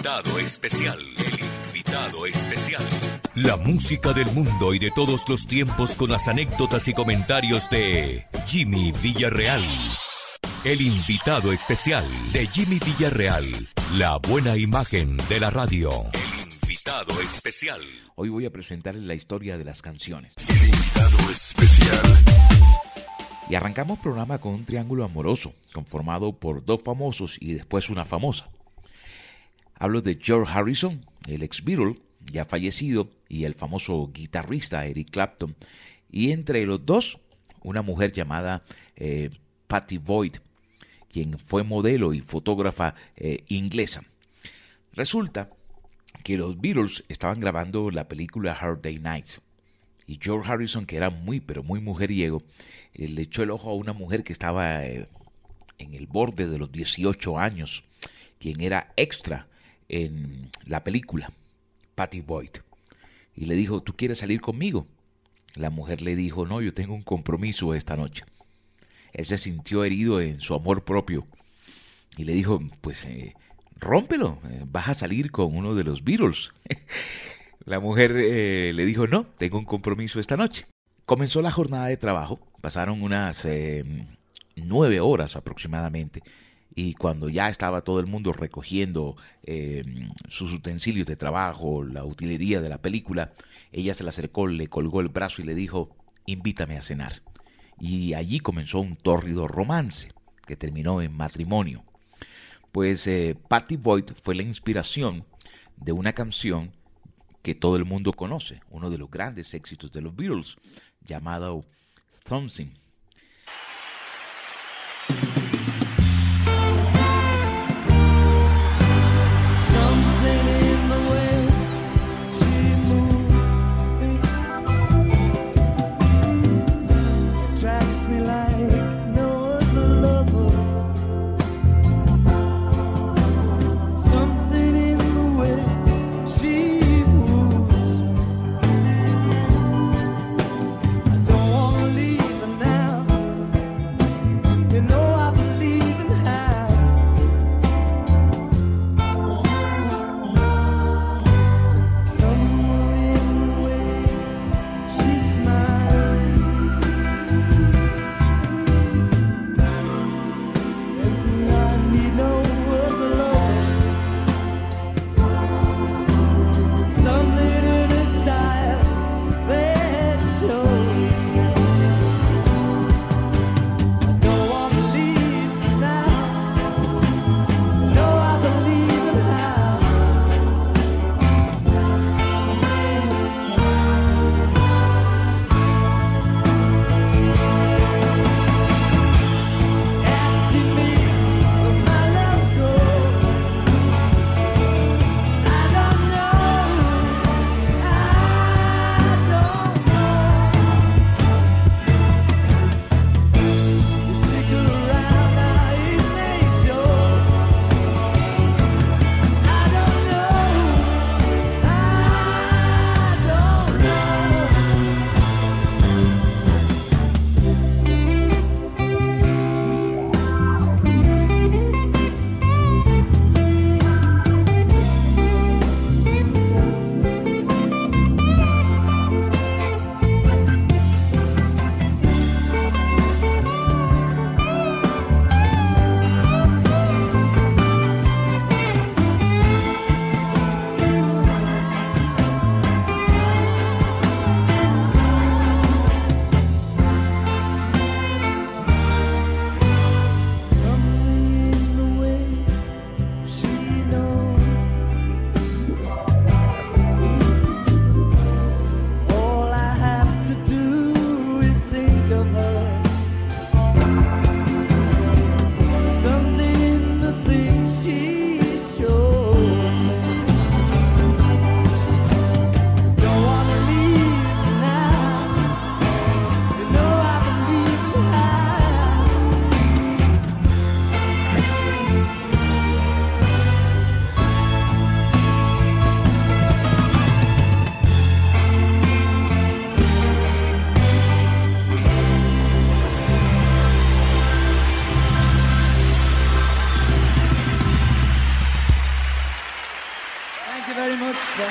invitado especial. El invitado especial. La música del mundo y de todos los tiempos con las anécdotas y comentarios de Jimmy Villarreal. El invitado especial de Jimmy Villarreal. La buena imagen de la radio. El invitado especial. Hoy voy a presentarles la historia de las canciones. El invitado especial. Y arrancamos el programa con un triángulo amoroso, conformado por dos famosos y después una famosa. Hablo de George Harrison, el ex Beatle, ya fallecido, y el famoso guitarrista Eric Clapton. Y entre los dos, una mujer llamada Pattie Boyd, quien fue modelo y fotógrafa inglesa. Resulta que los Beatles estaban grabando la película Hard Day Nights. Y George Harrison, que era muy mujeriego, le echó el ojo a una mujer que estaba en el borde de los 18 años, quien era extra en la película, Pattie Boyd. Y le dijo, ¿tú quieres salir conmigo? La mujer le dijo, no, yo tengo un compromiso esta noche. Él se sintió herido en su amor propio y le dijo, pues rómpelo, vas a salir con uno de los Beatles. La mujer le dijo, no, tengo un compromiso esta noche. Comenzó la jornada de trabajo, pasaron unas 9 horas aproximadamente, y cuando ya estaba todo el mundo recogiendo sus utensilios de trabajo, la utilería de la película, ella se le acercó, le colgó el brazo y le dijo, invítame a cenar. Y allí comenzó un tórrido romance que terminó en matrimonio. Pues Pattie Boyd fue la inspiración de una canción que todo el mundo conoce, uno de los grandes éxitos de los Beatles, llamado Something. Now mucho.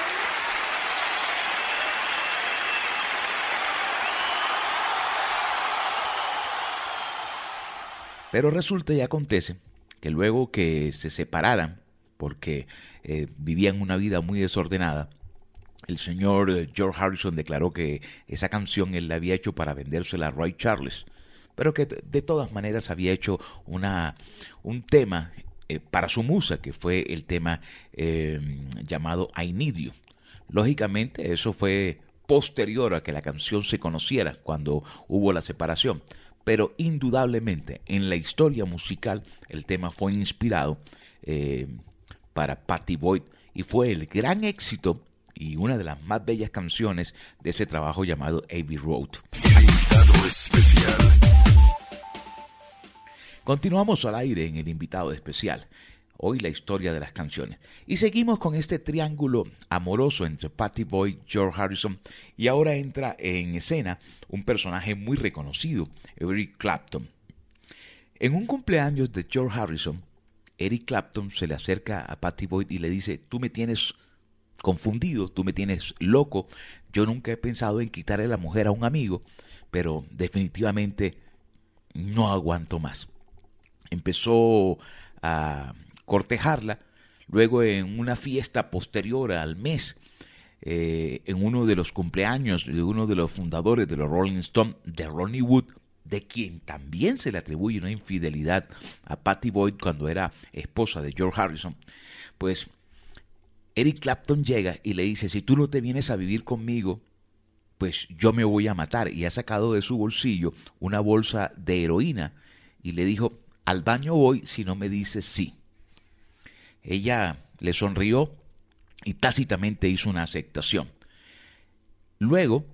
Pero resulta y acontece que luego que se separaran, porque vivían una vida muy desordenada, el señor George Harrison declaró que esa canción él la había hecho para vendérsela a Ray Charles, pero que de todas maneras había hecho un tema para su musa, que fue el tema llamado I Need You. Lógicamente eso fue posterior a que la canción se conociera, cuando hubo la separación, pero indudablemente en la historia musical el tema fue inspirado para Pattie Boyd y fue el gran éxito y una de las más bellas canciones de ese trabajo llamado Abbey Road. Invitado especial. Continuamos al aire en el invitado especial. Hoy la historia de las canciones. Y seguimos con este triángulo amoroso entre Pattie Boyd, George Harrison, y ahora entra en escena un personaje muy reconocido, Eric Clapton. En un cumpleaños de George Harrison, Eric Clapton se le acerca a Pattie Boyd y le dice: tú me tienes confundido, tú me tienes loco, yo nunca he pensado en quitarle la mujer a un amigo, pero definitivamente no aguanto más. Empezó a cortejarla, luego en una fiesta posterior al mes, en uno de los cumpleaños de uno de los fundadores de los Rolling Stones, de Ronnie Wood, de quien también se le atribuye una infidelidad a Pattie Boyd cuando era esposa de George Harrison, pues Eric Clapton llega y le dice: si tú no te vienes a vivir conmigo, pues yo me voy a matar. Y ha sacado de su bolsillo una bolsa de heroína y le dijo: al baño voy si no me dices sí. Ella le sonrió y tácitamente hizo una aceptación. Luego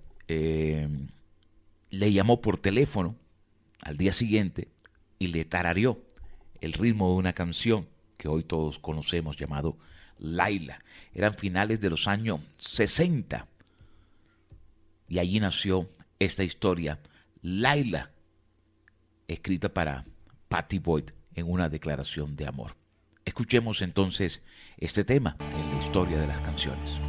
le llamó por teléfono al día siguiente y le tarareó el ritmo de una canción que hoy todos conocemos llamado Laila. Eran finales de los años 60 y allí nació esta historia, Laila, escrita para Pattie Boyd en una declaración de amor. Escuchemos entonces este tema en la historia de las canciones.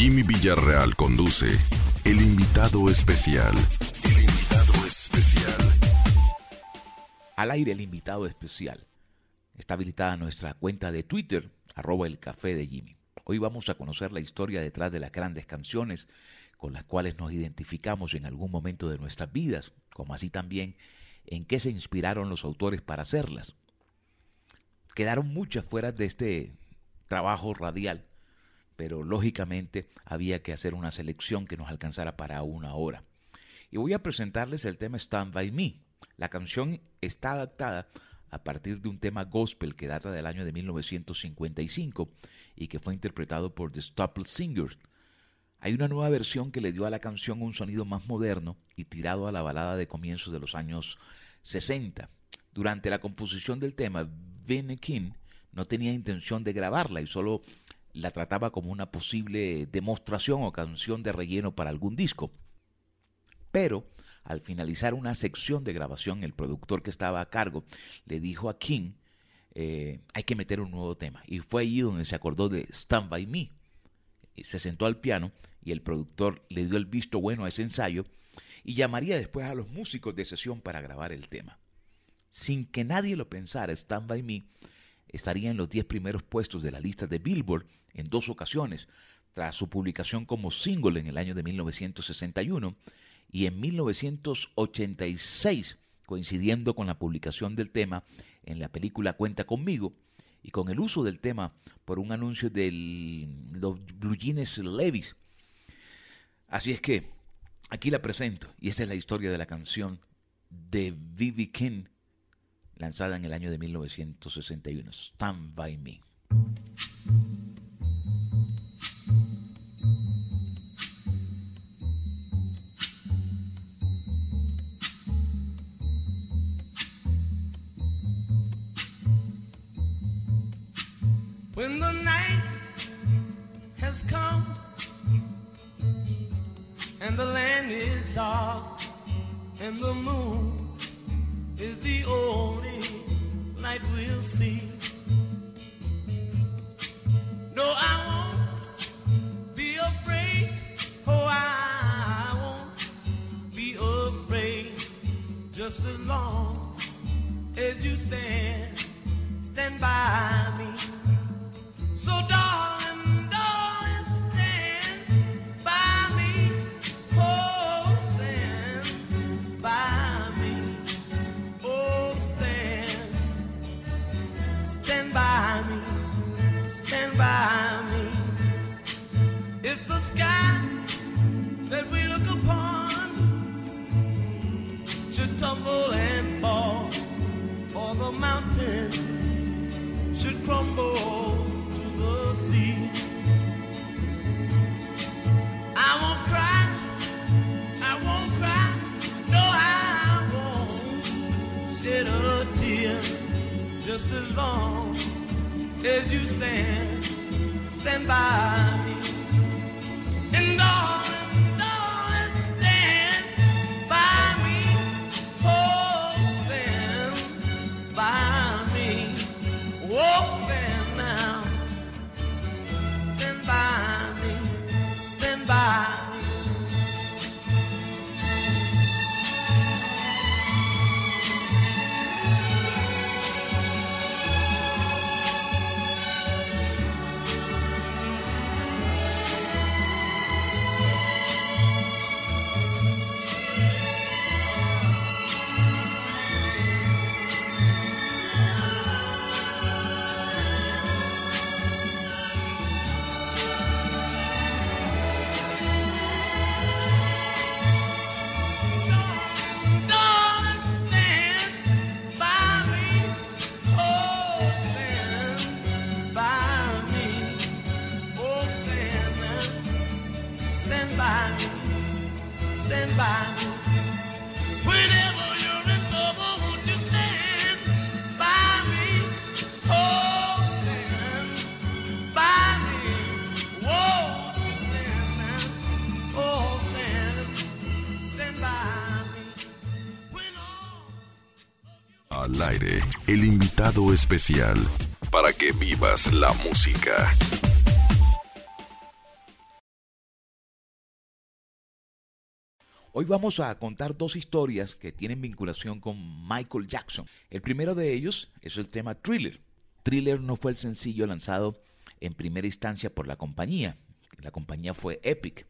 Jimmy Villarreal conduce El Invitado Especial. El Invitado Especial. Al aire, el invitado especial. Está habilitada nuestra cuenta de Twitter, @elcafé de Jimmy. Hoy vamos a conocer la historia detrás de las grandes canciones con las cuales nos identificamos en algún momento de nuestras vidas, como así también en qué se inspiraron los autores para hacerlas. Quedaron muchas fuera de este trabajo radial, pero lógicamente había que hacer una selección que nos alcanzara para una hora. Y voy a presentarles el tema Stand By Me. La canción está adaptada a partir de un tema gospel que data del año de 1955 y que fue interpretado por The Staple Singers. Hay una nueva versión que le dio a la canción un sonido más moderno y tirado a la balada de comienzos de los años 60. Durante la composición del tema, Vinnie King no tenía intención de grabarla y solo la trataba como una posible demostración o canción de relleno para algún disco. Pero al finalizar una sección de grabación, el productor que estaba a cargo le dijo a King, hay que meter un nuevo tema. Y fue allí donde se acordó de Stand By Me. Y se sentó al piano y el productor le dio el visto bueno a ese ensayo y llamaría después a los músicos de sesión para grabar el tema. Sin que nadie lo pensara, Stand By Me estaría en los 10 primeros puestos de la lista de Billboard en 2 ocasiones, tras su publicación como single en el año de 1961 y en 1986, coincidiendo con la publicación del tema en la película Cuenta Conmigo y con el uso del tema por un anuncio de los Blue Jeans Levi's. Así es que aquí la presento y esta es la historia de la canción de B.B. King, lanzada en el año de 1961, Stand By Me. When the night has come and the land is dark and the moon is the only light we'll see. No, I won't be afraid. Oh, I won't be afraid. Just as long as you stand by me. So darling, darling, stand by me. Oh, stand by me. Oh, stand by me. Stand by me. If the sky that we look upon should tumble and fall, or the mountain should crumble the sea, I won't cry, no, I won't shed a tear, just as long as you stand by me. And darling, darling, stand by me, oh, stand by me, oh, stand now. Stand by me, stand by me. Stand by me. Whenever you're in trouble, won't you stand by me? Oh, stand by me. Whoa, stand, oh, stand by me. When all... Al aire, el invitado especial para que vivas la música. Hoy vamos a contar dos historias que tienen vinculación con Michael Jackson. El primero de ellos es el tema Thriller. Thriller no fue el sencillo lanzado en primera instancia por la compañía. La compañía fue Epic.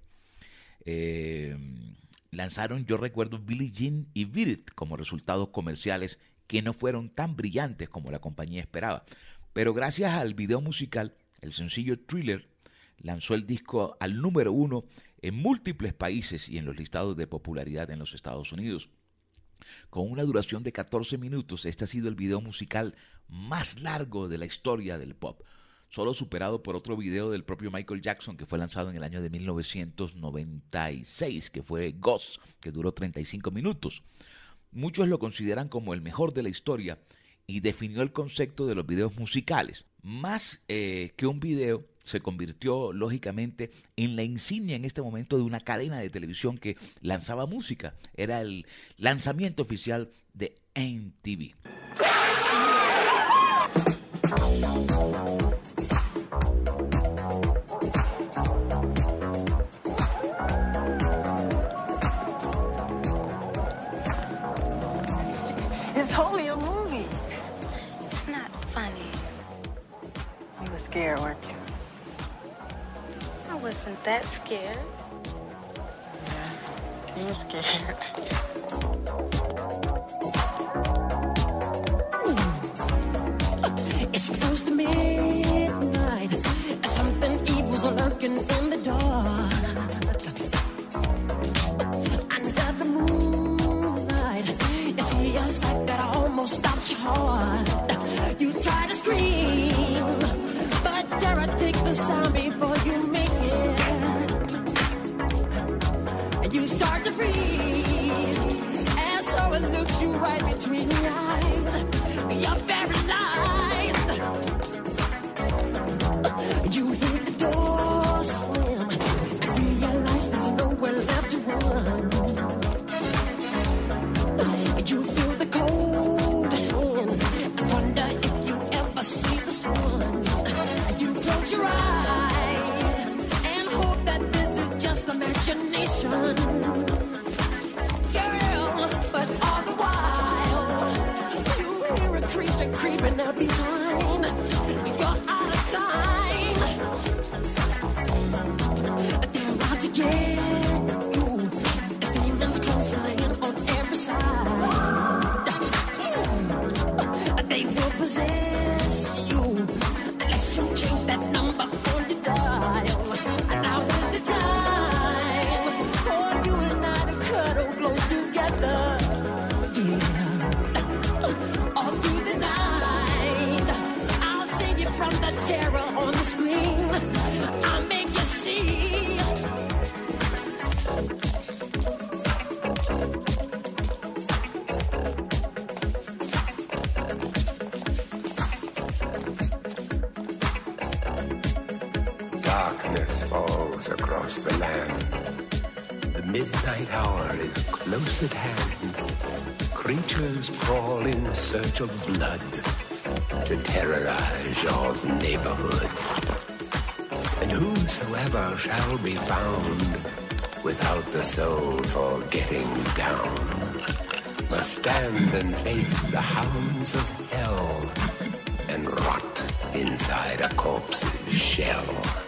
Lanzaron, yo recuerdo, Billie Jean y Beat It como resultados comerciales que no fueron tan brillantes como la compañía esperaba. Pero gracias al video musical, el sencillo Thriller lanzó el disco al número 1 en múltiples países y en los listados de popularidad en los Estados Unidos. Con una duración de 14 minutos, este ha sido el video musical más largo de la historia del pop, solo superado por otro video del propio Michael Jackson que fue lanzado en el año de 1996, que fue Ghost, que duró 35 minutos. Muchos lo consideran como el mejor de la historia y definió el concepto de los videos musicales. Más que un video, se convirtió lógicamente en la insignia en este momento de una cadena de televisión que lanzaba música. Era el lanzamiento oficial de MTV. It's only a movie. It's not funny. You were scared, weren't you? I wasn't that scared. Yeah, you were scared. It's close to midnight. Something evil's lurking in the dark. Under the moonlight, you see a sight that almost stops your heart. You try to scream, but terror takes the sound before you make it. And you start to freeze, and so it looks you right between the eyes. You're paralyzed. You hear the door slam and realize there's nowhere left to run. You feel the cold hand and wonder if you ever see the sun. You close your eyes and hope that this is just imagination. Girl, but all the while you hear a creature creeping up behind. You're out of time. They're out to get you. As demons closing on every side. They will possess you unless you change that number on the dial. Now is the time for you and I to cuddle close together. Yeah. All through the night, I'll save you from the terror on the screen. I'll make you see. Darkness falls across the land. The midnight hour is close at hand. Creatures crawl in search of blood to terrorize your neighborhood. And whosoever shall be found without the soul for getting down must stand and face the hounds of hell and rot inside a corpse's shell.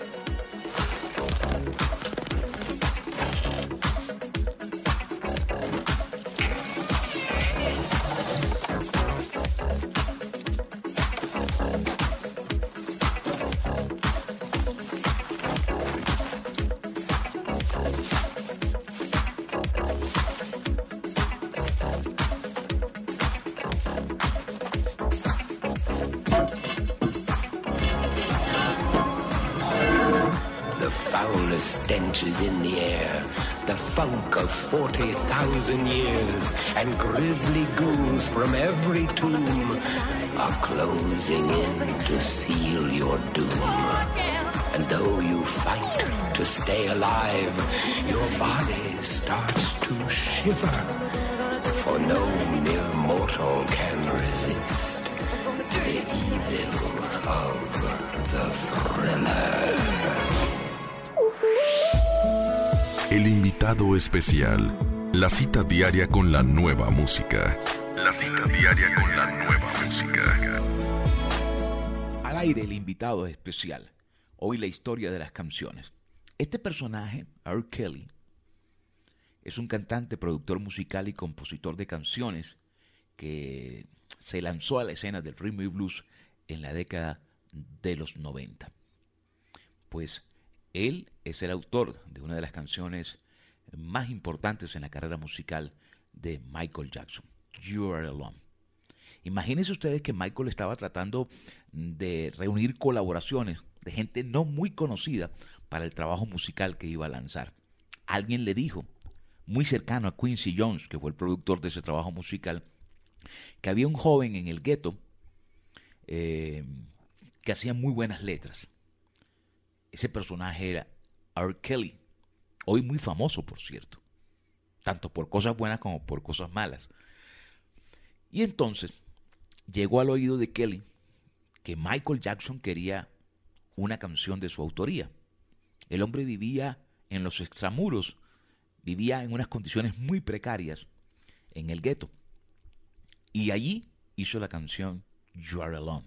Stench is in the air, the funk of 40,000 years, and grisly ghouls from every tomb are closing in to seal your doom. And though you fight to stay alive, your body starts to shiver, for no mere mortal can resist the evil of the Thriller. El invitado especial La cita diaria con la nueva música. La cita diaria con la nueva música. Al aire, el invitado especial. Hoy la historia de las canciones. Este personaje, R. Kelly, es un cantante, productor musical y compositor de canciones que se lanzó a la escena del rhythm y blues en la década de los 90. Pues él es el autor de una de las canciones más importantes en la carrera musical de Michael Jackson, You Are Alone. Imagínense ustedes que Michael estaba tratando de reunir colaboraciones de gente no muy conocida para el trabajo musical que iba a lanzar. Alguien le dijo, muy cercano a Quincy Jones, que fue el productor de ese trabajo musical, que había un joven en el gueto que hacía muy buenas letras. Ese personaje era R. Kelly, hoy muy famoso, por cierto, tanto por cosas buenas como por cosas malas. Y entonces llegó al oído de Kelly que Michael Jackson quería una canción de su autoría. El hombre vivía en los extramuros, vivía en unas condiciones muy precarias en el gueto. Y allí hizo la canción You Are Alone.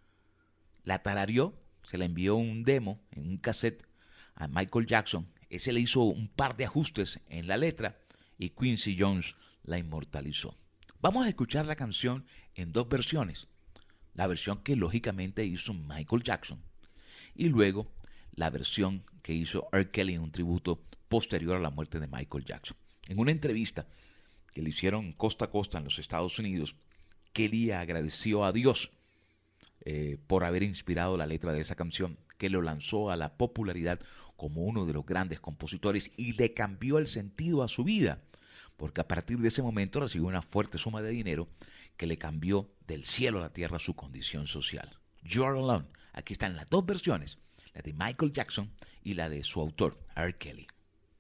La tarareó, se le envió un demo en un cassette a Michael Jackson. Ese le hizo un par de ajustes en la letra y Quincy Jones la inmortalizó. Vamos a escuchar la canción en dos versiones. La versión que lógicamente hizo Michael Jackson y luego la versión que hizo R. Kelly en un tributo posterior a la muerte de Michael Jackson. En una entrevista que le hicieron costa a costa en los Estados Unidos, Kelly agradeció a Dios por haber inspirado la letra de esa canción, que lo lanzó a la popularidad como uno de los grandes compositores y le cambió el sentido a su vida, porque a partir de ese momento recibió una fuerte suma de dinero que le cambió del cielo a la tierra su condición social. You Are Alone. Aquí están las dos versiones, la de Michael Jackson y la de su autor, R. Kelly.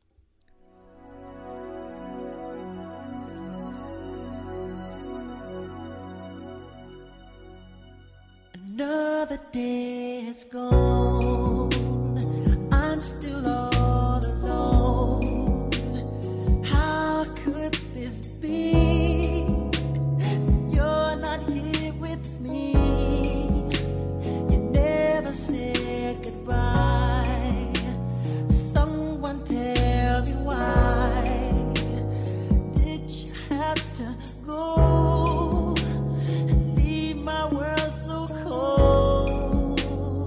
Another day has gone. I'm still all alone. How could this be? You're not here with me. You never said goodbye. Someone tell me why. Did you have to go and leave my world so cold?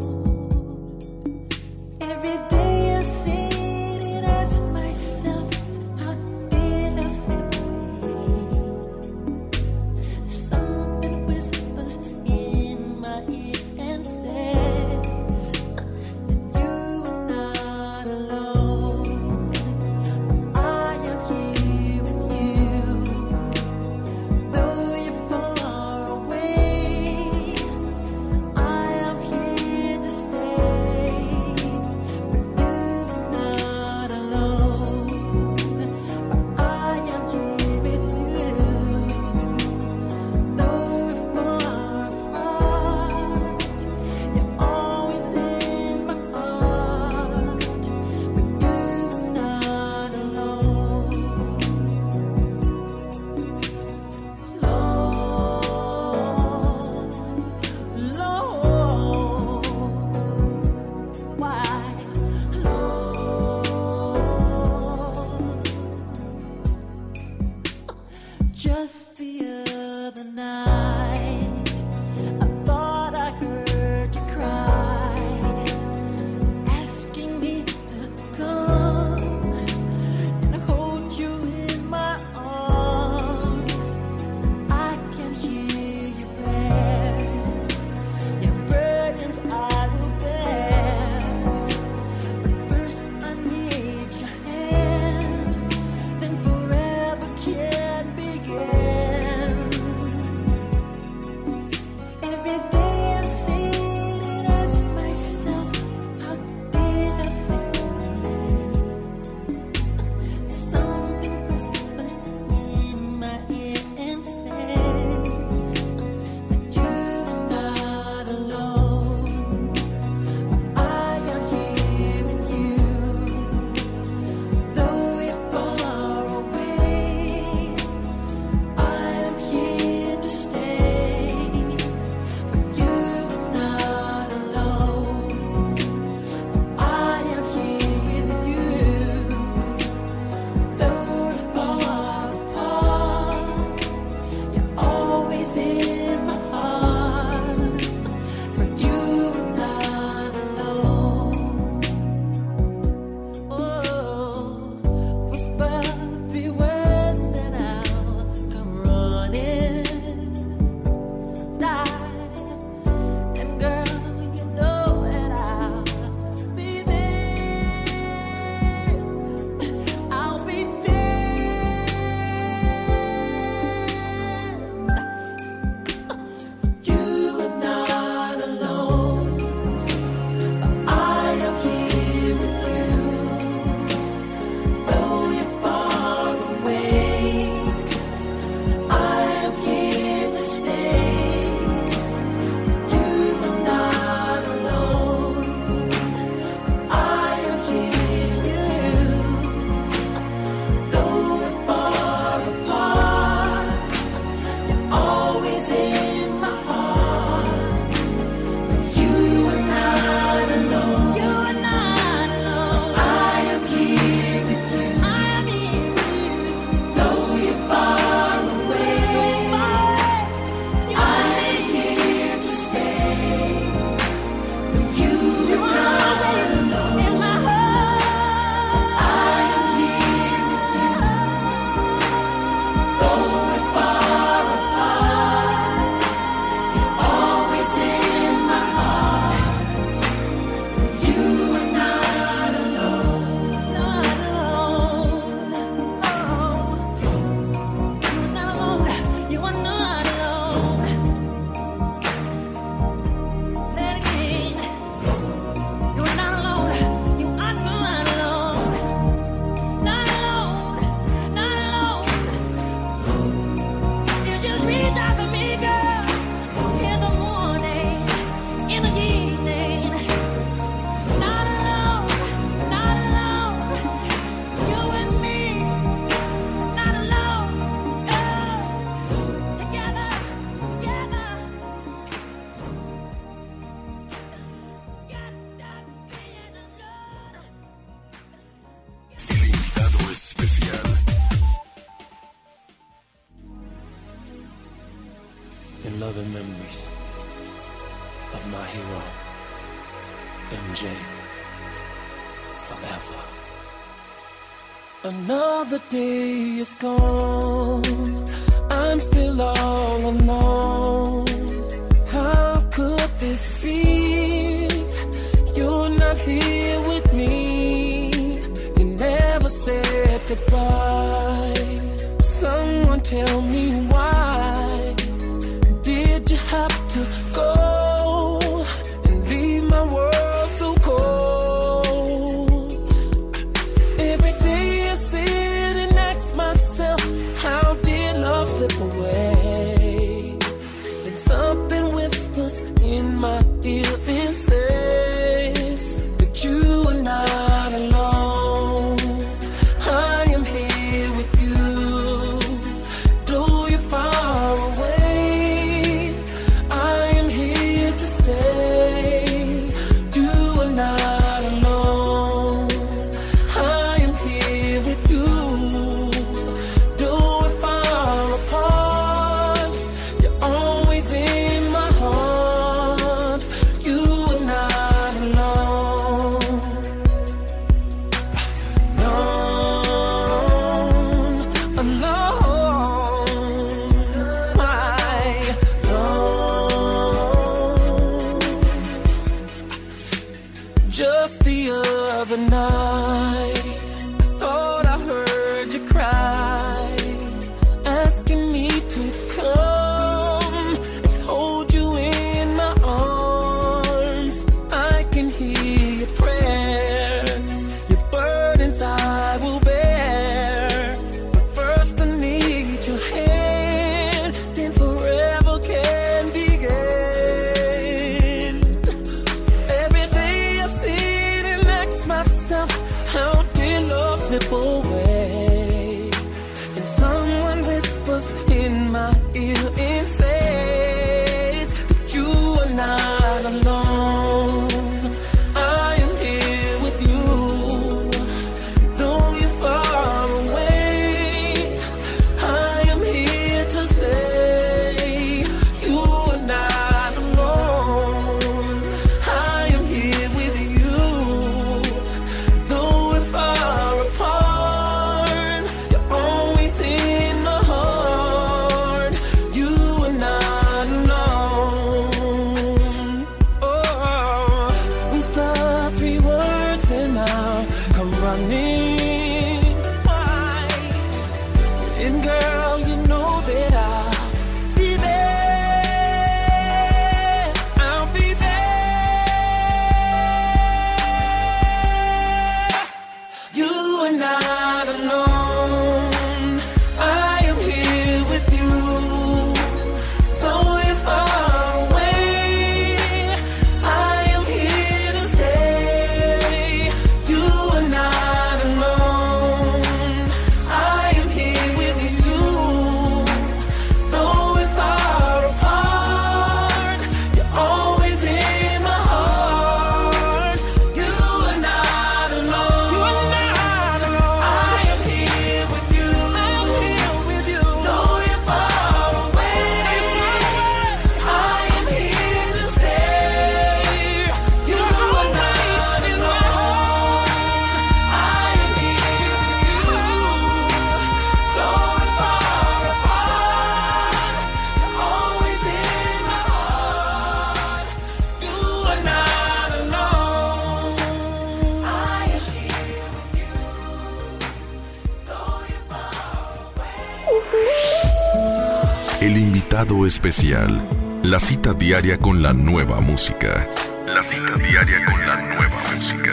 Every day I sit and ask myself, how did I slip away? Something whispers in my ear and says that you are not alone. I am here with you, though you're far away. I am here to stay, but you're not alone. I am here with you, though we're far apart. You're always in my heart, but you're not alone. Lord, why, Lord? Just the other night, I thought I heard you cry, asking me to come and hold you in my arms. I can hear your prayers, your burdens I will bear. But first I need your hand, then forever can begin. in loving memories of my hero, MJ, forever. Another day is gone, I'm still all alone. How could this be? You're not here with me. You never said goodbye. Someone tell me why did you have to go and leave my world so cold? Every day I sit and ask myself, how did love slip away? Then something whispers in my ear and says that you are not alone. I am here with you, though you're far away. I am here to stay. You are not alone. I am here with you, though we're far apart. You're always in my heart. You are not alone. Alone, why alone? Just the other night, thought I heard you cry, asking me to come and hold you in my arms. I can hear your prayers, your burdens I will bear. But first I need your hand, then forever can begin. Every day I sit and ask myself, how did love slip away? And someone whispers in my ear and says that you are not alone. I am here with you, though you're far away. I am here to stay. You are not alone. I am here with you, though we're far apart. You're always in my heart. You are not alone. Oh, whisper 3 words and I'll come running. Why? And girl, you know that I'll be there. I'll be there. You are not alone. I am here with you, though you're far away. I am here to stay. You are not alone. I am here with you, though we're far apart. You're always in my heart. You are not alone. You are not alone. I am here with you. I am here with you, though you're far away. I am here to stay. You are not alone. I am here with you, though we're far apart. You're always in my heart. You are not alone. I am here with you, though you're far away. El invitado especial. La cita diaria con la nueva música. La cita diaria con la nueva música.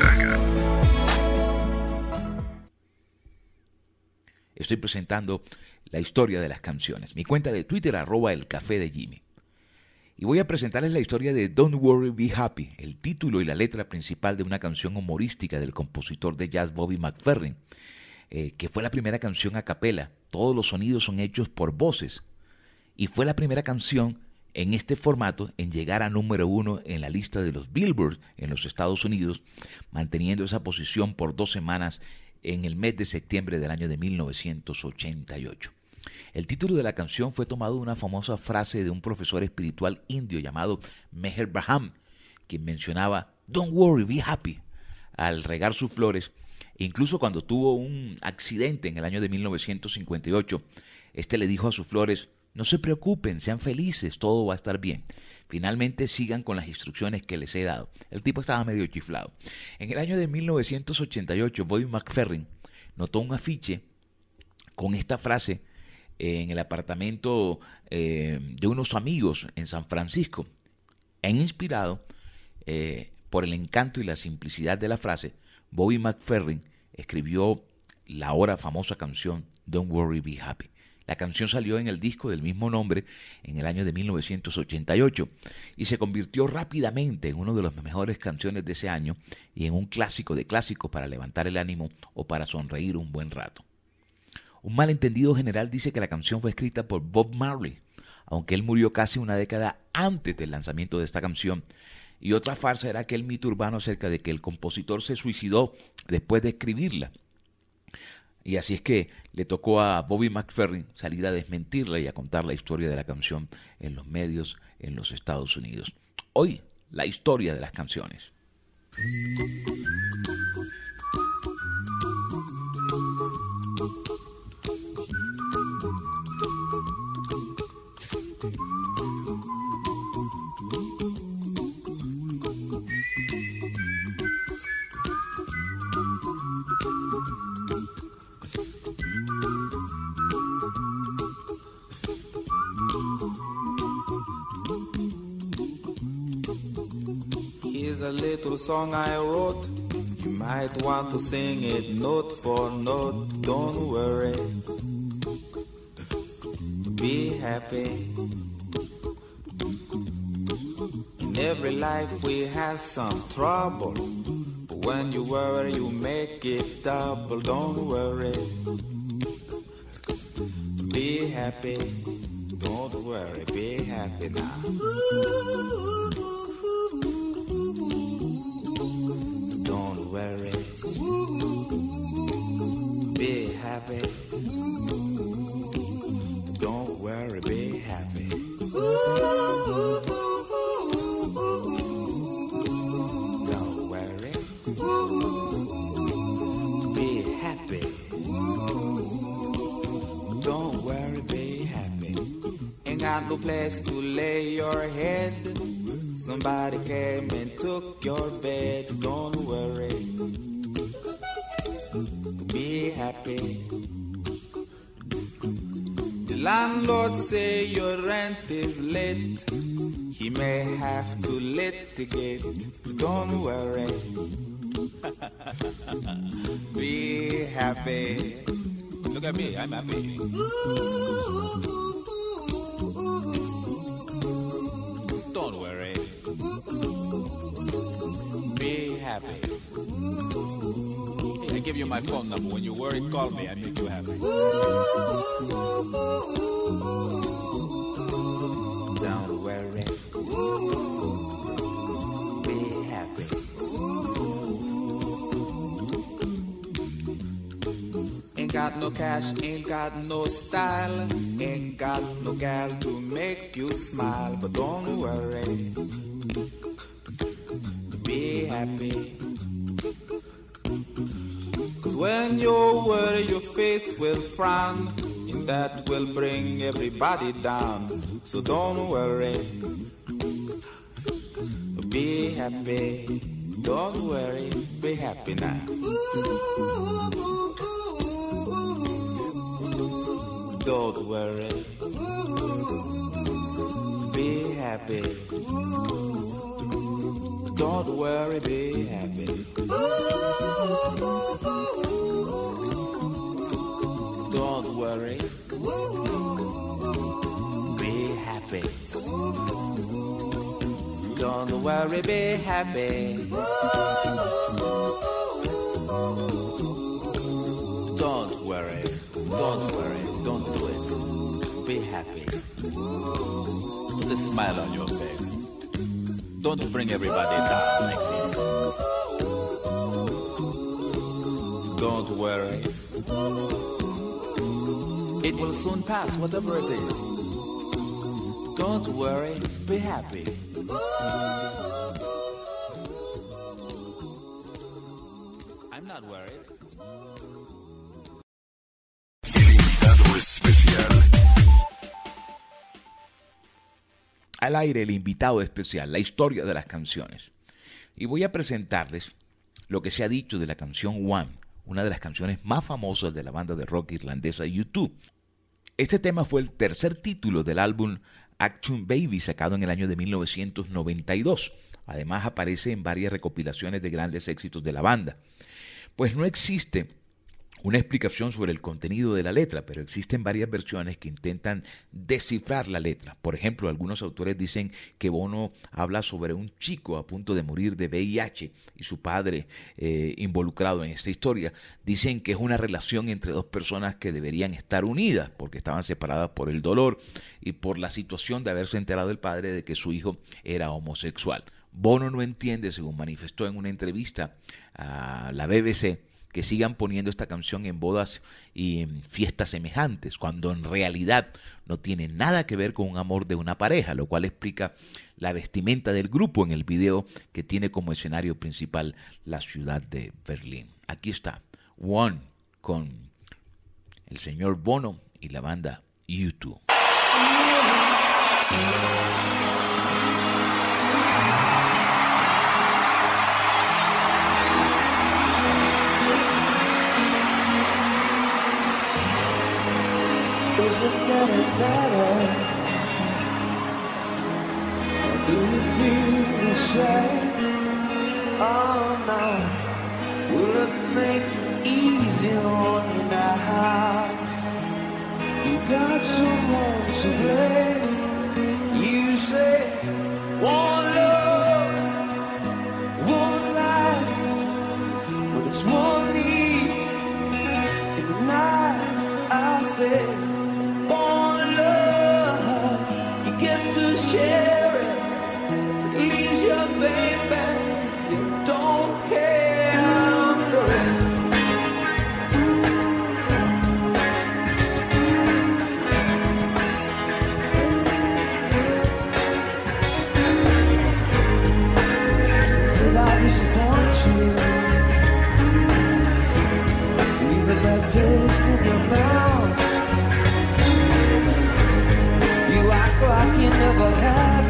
Estoy presentando la historia de las canciones. Mi cuenta de Twitter, @elcafé de Jimmy. Y voy a presentarles la historia de Don't Worry, Be Happy, el título y la letra principal de una canción humorística del compositor de jazz Bobby McFerrin, que fue la primera canción a capela. Todos los sonidos son hechos por voces. Y fue la primera canción en este formato en llegar a número 1 en la lista de los Billboard en los Estados Unidos, manteniendo esa posición por 2 semanas en el mes de septiembre del año de 1988. El título de la canción fue tomado de una famosa frase de un profesor espiritual indio llamado Meher Braham, quien mencionaba "Don't worry, be happy" al regar sus flores. E incluso cuando tuvo un accidente en el año de 1958, este le dijo a sus flores: "No se preocupen, sean felices, todo va a estar bien. Finalmente sigan con las instrucciones que les he dado". El tipo estaba medio chiflado. En el año de 1988, Bobby McFerrin notó un afiche con esta frase en el apartamento de unos amigos en San Francisco. Inspirado por el encanto y la simplicidad de la frase, Bobby McFerrin escribió la ahora famosa canción Don't Worry, Be Happy. La canción salió en el disco del mismo nombre en el año de 1988 y se convirtió rápidamente en una de las mejores canciones de ese año y en un clásico de clásicos para levantar el ánimo o para sonreír un buen rato. Un malentendido general dice que la canción fue escrita por Bob Marley, aunque él murió casi una década antes del lanzamiento de esta canción. Y otra farsa era aquel mito urbano acerca de que el compositor se suicidó después de escribirla. Y así es que le tocó a Bobby McFerrin salir a desmentirla y a contar la historia de la canción en los medios en los Estados Unidos. Hoy, la historia de las canciones. Here's a little song I wrote. You might want to sing it note for note. Don't worry, be happy. In every life we have some trouble, but when you worry you make it double. Don't worry, be happy. Don't worry, be happy now. Don't worry, be happy. Don't worry, be happy. Don't worry, be happy. Don't worry, be happy. Ain't got no place to lay your head. Somebody came and took your bed. Don't worry, be happy. The landlord say your rent is late. He may have to litigate. Don't worry, be happy. Look at me, I'm happy. Don't worry, be happy. I give you my phone number. When you worry, call me. I make you happy. Don't worry, be happy. Ain't got no cash, ain't got no style, ain't got no gal to make you smile. But don't worry, be happy. Cause when you worry your face will frown, and that will bring everybody down. So don't worry, be happy. Don't worry, be happy now. Don't worry, be happy. Don't worry, be happy. Don't worry, be happy. Don't worry, be happy. Don't worry, don't worry, don't do it. Be happy. Put a smile on your face. Don't bring everybody down like this. Don't worry, It will soon pass, whatever it is. Don't worry, be happy. I'm not worried. El invitado especial. Al aire, el invitado especial, la historia de las canciones. Y voy a presentarles lo que se ha dicho de la canción One, una de las canciones más famosas de la banda de rock irlandesa U2. Este tema fue el tercer título del álbum Achtung Baby, sacado en el año de 1992. Además aparece en varias recopilaciones de grandes éxitos de la banda. Pues no existe una explicación sobre el contenido de la letra, pero existen varias versiones que intentan descifrar la letra. Por ejemplo, algunos autores dicen que Bono habla sobre un chico a punto de morir de VIH y su padre involucrado en esta historia. Dicen que es una relación entre dos personas que deberían estar unidas porque estaban separadas por el dolor y por la situación de haberse enterado el padre de que su hijo era homosexual. Bono no entiende, según manifestó en una entrevista a la BBC, que sigan poniendo esta canción en bodas y en fiestas semejantes, cuando en realidad no tiene nada que ver con un amor de una pareja, lo cual explica la vestimenta del grupo en el video que tiene como escenario principal la ciudad de Berlín. Aquí está, One, con el señor Bono y la banda U2. Is it getting better? Or do you feel the same? Oh no, will it make it easy on you now? You got someone to blame. You say, one love, one life, but it's one need in the night. I say, to share it, it leaves your baby, you don't care for it. Did I disappoint you? Leave a bad taste in your mouth. You act like you never had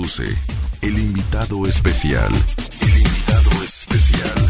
conduce el invitado especial. El invitado especial.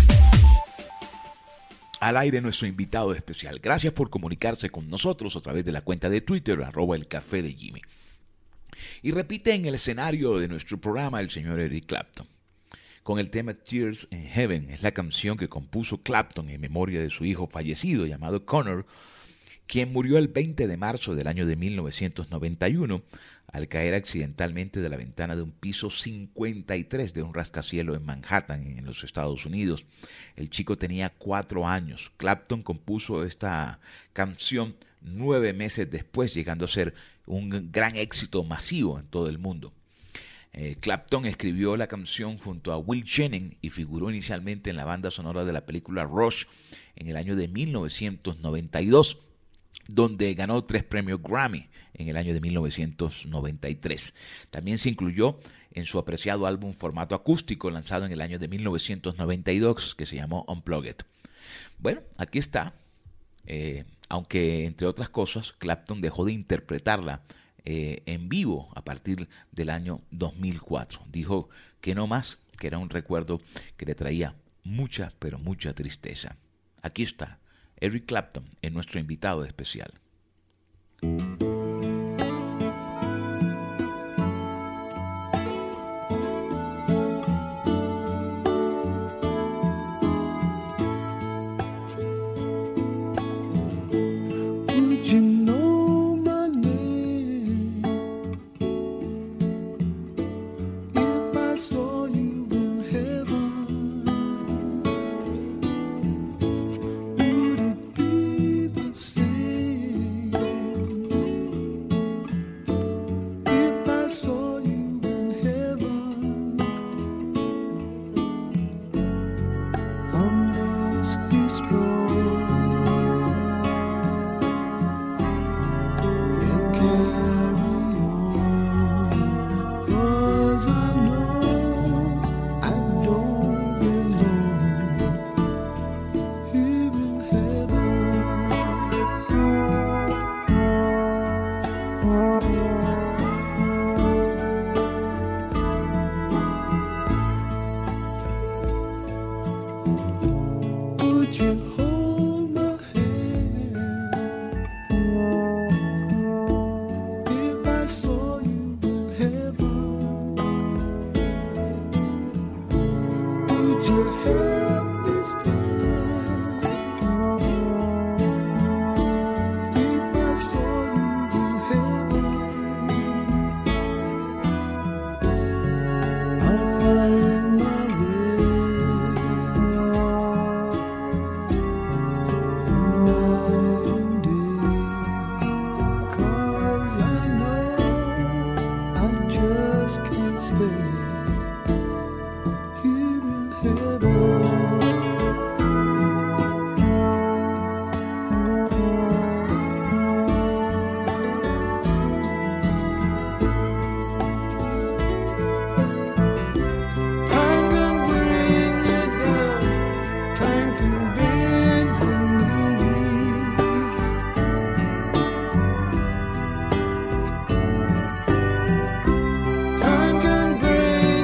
Al aire nuestro invitado especial. Gracias por comunicarse con nosotros a través de la cuenta de Twitter, @elcafé_de_Jimmy. Y repite en el escenario de nuestro programa el señor Eric Clapton. Con el tema Tears in Heaven, es la canción que compuso Clapton en memoria de su hijo fallecido llamado Connor, quien murió el 20 de marzo del año de 1991 al caer accidentalmente de la ventana de un piso 53 de un rascacielos en Manhattan, en los Estados Unidos. El chico tenía 4 años. Clapton compuso esta canción 9 meses después, llegando a ser un gran éxito masivo en todo el mundo. Clapton escribió la canción junto a Will Jennings y figuró inicialmente en la banda sonora de la película Rush en el año de 1992, donde ganó 3 premios Grammy en el año de 1993. También se incluyó en su apreciado álbum formato acústico lanzado en el año de 1992 que se llamó Unplugged. Bueno, aquí está. Aunque entre otras cosas Clapton dejó de interpretarla en vivo a partir del año 2004. Dijo que no más, que era un recuerdo que le traía mucha, pero mucha tristeza. Aquí está Eric Clapton es nuestro invitado especial. Time can bring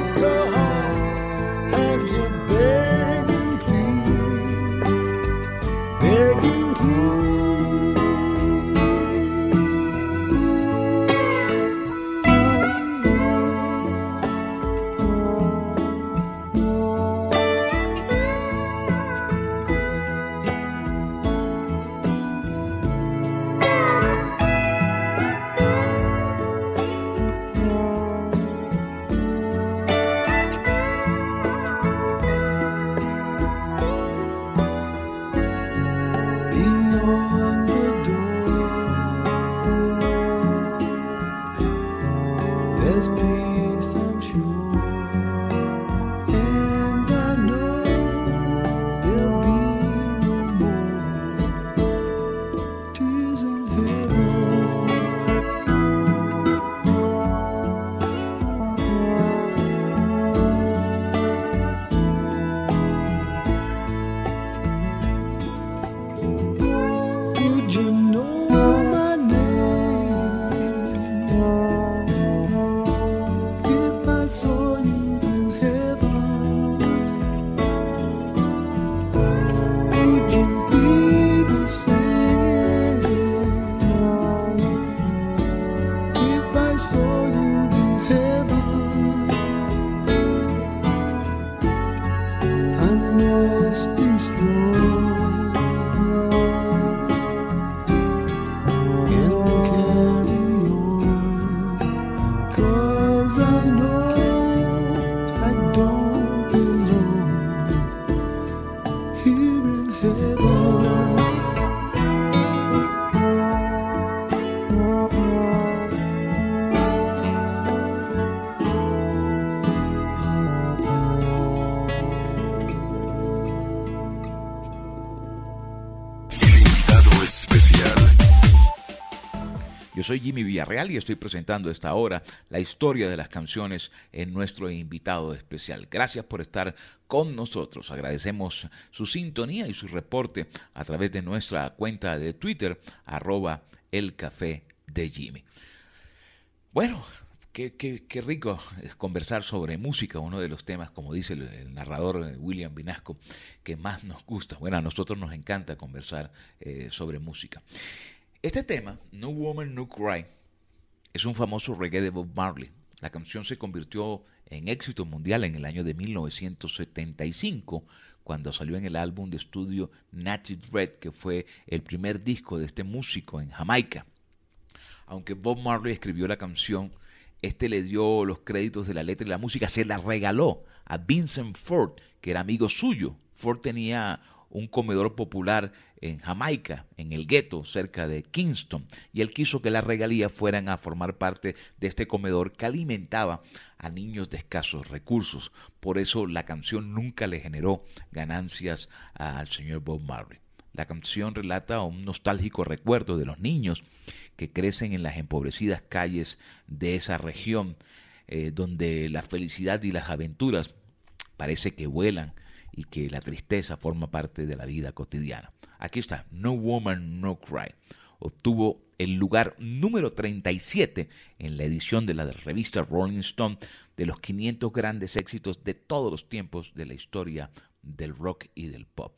Yo soy Jimmy Villarreal y estoy presentando a esta hora la historia de las canciones en nuestro invitado especial. Gracias por estar con nosotros. Agradecemos su sintonía y su reporte a través de nuestra cuenta de Twitter, @elcafedejimmy. Bueno, qué rico es conversar sobre música, uno de los temas, como dice el narrador William Vinasco, que más nos gusta. Bueno, a nosotros nos encanta conversar sobre música. Este tema, No Woman, No Cry, es un famoso reggae de Bob Marley. La canción se convirtió en éxito mundial en el año de 1975, cuando salió en el álbum de estudio Natty Dread, que fue el primer disco de este músico en Jamaica. Aunque Bob Marley escribió la canción, este le dio los créditos de la letra y la música, se la regaló a Vincent Ford, que era amigo suyo. Ford tenía un comedor popular en Jamaica, en el gueto, cerca de Kingston, y él quiso que las regalías fueran a formar parte de este comedor que alimentaba a niños de escasos recursos. Por eso la canción nunca le generó ganancias al señor Bob Marley. La canción relata un nostálgico recuerdo de los niños que crecen en las empobrecidas calles de esa región, donde la felicidad y las aventuras parece que vuelan y que la tristeza forma parte de la vida cotidiana. Aquí está, No Woman, No Cry. Obtuvo el lugar número 37 en la edición de la revista Rolling Stone de los 500 grandes éxitos de todos los tiempos de la historia del rock y del pop.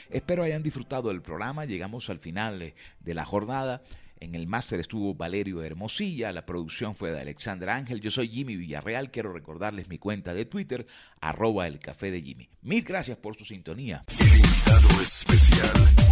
Espero hayan disfrutado del programa. Llegamos al final de la jornada. En el máster estuvo Valerio Hermosilla, la producción fue de Alexandra Ángel. Yo soy Jimmy Villarreal, quiero recordarles mi cuenta de Twitter, @elcafé de Jimmy. Mil gracias por su sintonía. El invitado especial.